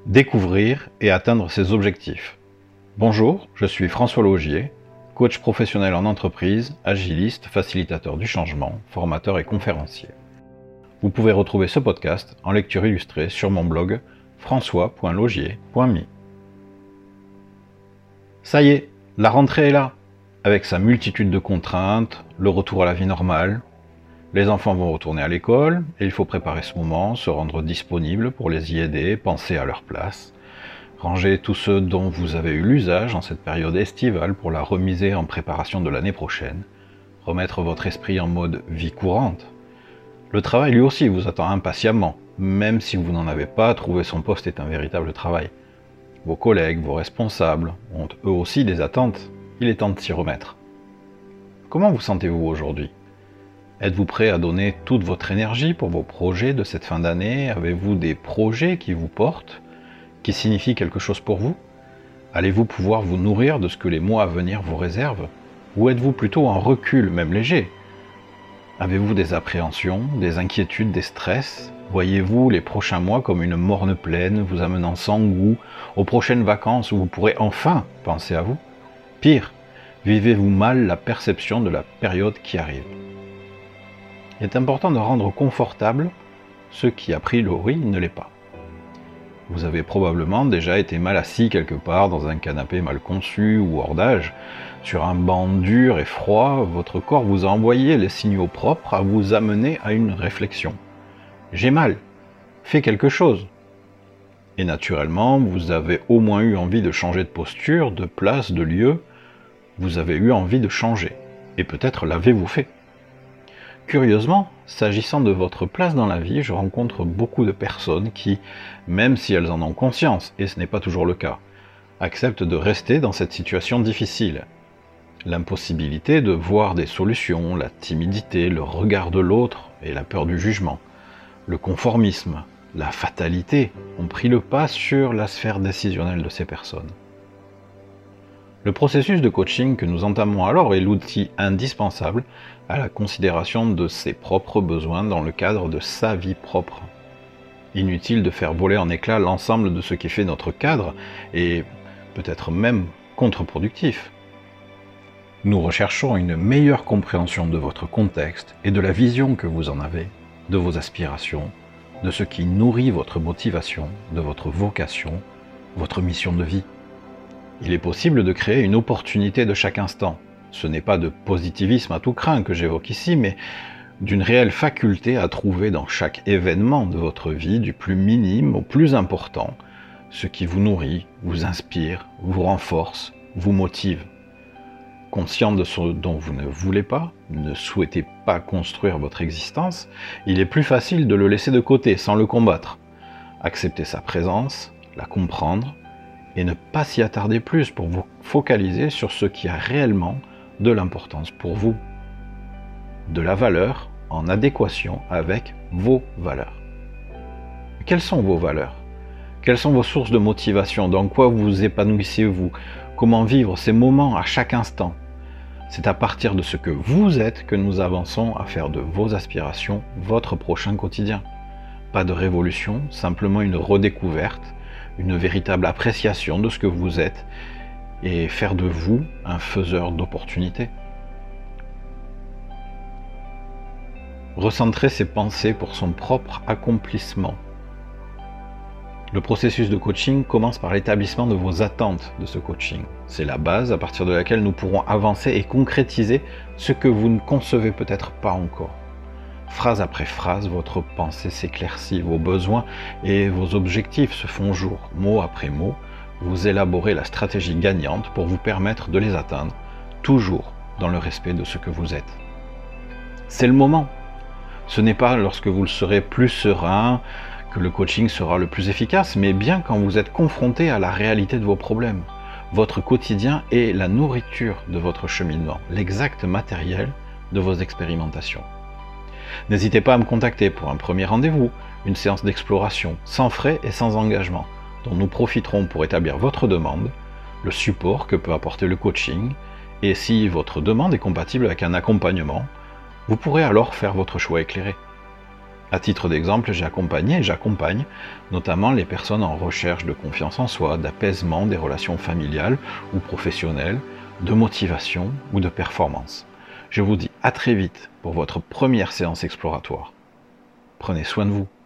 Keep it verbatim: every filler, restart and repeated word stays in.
découvrir et atteindre ses objectifs. Bonjour, je suis François Laugier, coach professionnel en entreprise, agiliste, facilitateur du changement, formateur et conférencier. Vous pouvez retrouver ce podcast en lecture illustrée sur mon blog françois point laugier point me. Ça y est, la rentrée est là, avec sa multitude de contraintes, le retour à la vie normale. Les enfants vont retourner à l'école et il faut préparer ce moment, se rendre disponible pour les y aider, penser à leur place, ranger tout ce dont vous avez eu l'usage en cette période estivale pour la remiser en préparation de l'année prochaine, remettre votre esprit en mode vie courante. Le travail lui aussi vous attend impatiemment, même si vous n'en avez pas, trouver son poste est un véritable travail. Vos collègues, vos responsables ont eux aussi des attentes, il est temps de s'y remettre. Comment vous sentez-vous aujourd'hui ? Êtes-vous prêt à donner toute votre énergie pour vos projets de cette fin d'année ? Avez-vous des projets qui vous portent, qui signifient quelque chose pour vous ? Allez-vous pouvoir vous nourrir de ce que les mois à venir vous réservent ? Ou êtes-vous plutôt en recul, même léger ? Avez-vous des appréhensions, des inquiétudes, des stress ? Voyez-vous les prochains mois comme une morne plaine vous amenant sans goût aux prochaines vacances où vous pourrez enfin penser à vous ? Pire, vivez-vous mal la perception de la période qui arrive ? Il est important de rendre confortable ce qui a priori ne l'est pas. Vous avez probablement déjà été mal assis quelque part dans un canapé mal conçu ou hors d'âge. Sur un banc dur et froid, votre corps vous a envoyé les signaux propres à vous amener à une réflexion. J'ai mal, fais quelque chose. Et naturellement, vous avez au moins eu envie de changer de posture, de place, de lieu. Vous avez eu envie de changer. Et peut-être l'avez-vous fait. Curieusement, s'agissant de votre place dans la vie, je rencontre beaucoup de personnes qui, même si elles en ont conscience, et ce n'est pas toujours le cas, acceptent de rester dans cette situation difficile. L'impossibilité de voir des solutions, la timidité, le regard de l'autre et la peur du jugement, le conformisme, la fatalité ont pris le pas sur la sphère décisionnelle de ces personnes. Le processus de coaching que nous entamons alors est l'outil indispensable à la considération de ses propres besoins dans le cadre de sa vie propre. Inutile de faire voler en éclats l'ensemble de ce qui fait notre cadre et peut-être même contre-productif. Nous recherchons une meilleure compréhension de votre contexte et de la vision que vous en avez, de vos aspirations, de ce qui nourrit votre motivation, de votre vocation, votre mission de vie. Il est possible de créer une opportunité de chaque instant. Ce n'est pas de positivisme à tout crin que j'évoque ici, mais d'une réelle faculté à trouver dans chaque événement de votre vie, du plus minime au plus important, ce qui vous nourrit, vous inspire, vous renforce, vous motive. Conscient de ce dont vous ne voulez pas, ne souhaitez pas construire votre existence, il est plus facile de le laisser de côté sans le combattre. Accepter sa présence, la comprendre, et ne pas s'y attarder plus pour vous focaliser sur ce qui a réellement de l'importance pour vous. De la valeur en adéquation avec vos valeurs. Quelles sont vos valeurs ? Quelles sont vos sources de motivation ? Dans quoi vous épanouissez-vous ? Comment vivre ces moments à chaque instant ? C'est à partir de ce que vous êtes que nous avançons à faire de vos aspirations votre prochain quotidien. Pas de révolution, simplement une redécouverte, une véritable appréciation de ce que vous êtes et faire de vous un faiseur d'opportunités. Recentrer ses pensées pour son propre accomplissement. Le processus de coaching commence par l'établissement de vos attentes de ce coaching. C'est la base à partir de laquelle nous pourrons avancer et concrétiser ce que vous ne concevez peut-être pas encore. Phrase après phrase, votre pensée s'éclaircit, vos besoins et vos objectifs se font jour. Mot après mot, vous élaborez la stratégie gagnante pour vous permettre de les atteindre, toujours dans le respect de ce que vous êtes. C'est le moment. Ce n'est pas lorsque vous le serez plus serein que le coaching sera le plus efficace, mais bien quand vous êtes confronté à la réalité de vos problèmes. Votre quotidien est la nourriture de votre cheminement, l'exact matériel de vos expérimentations. N'hésitez pas à me contacter pour un premier rendez-vous, une séance d'exploration, sans frais et sans engagement, dont nous profiterons pour établir votre demande, le support que peut apporter le coaching, et si votre demande est compatible avec un accompagnement, vous pourrez alors faire votre choix éclairé. À titre d'exemple, j'ai accompagné et j'accompagne notamment les personnes en recherche de confiance en soi, d'apaisement des relations familiales ou professionnelles, de motivation ou de performance. Je vous dis à très vite pour votre première séance exploratoire. Prenez soin de vous.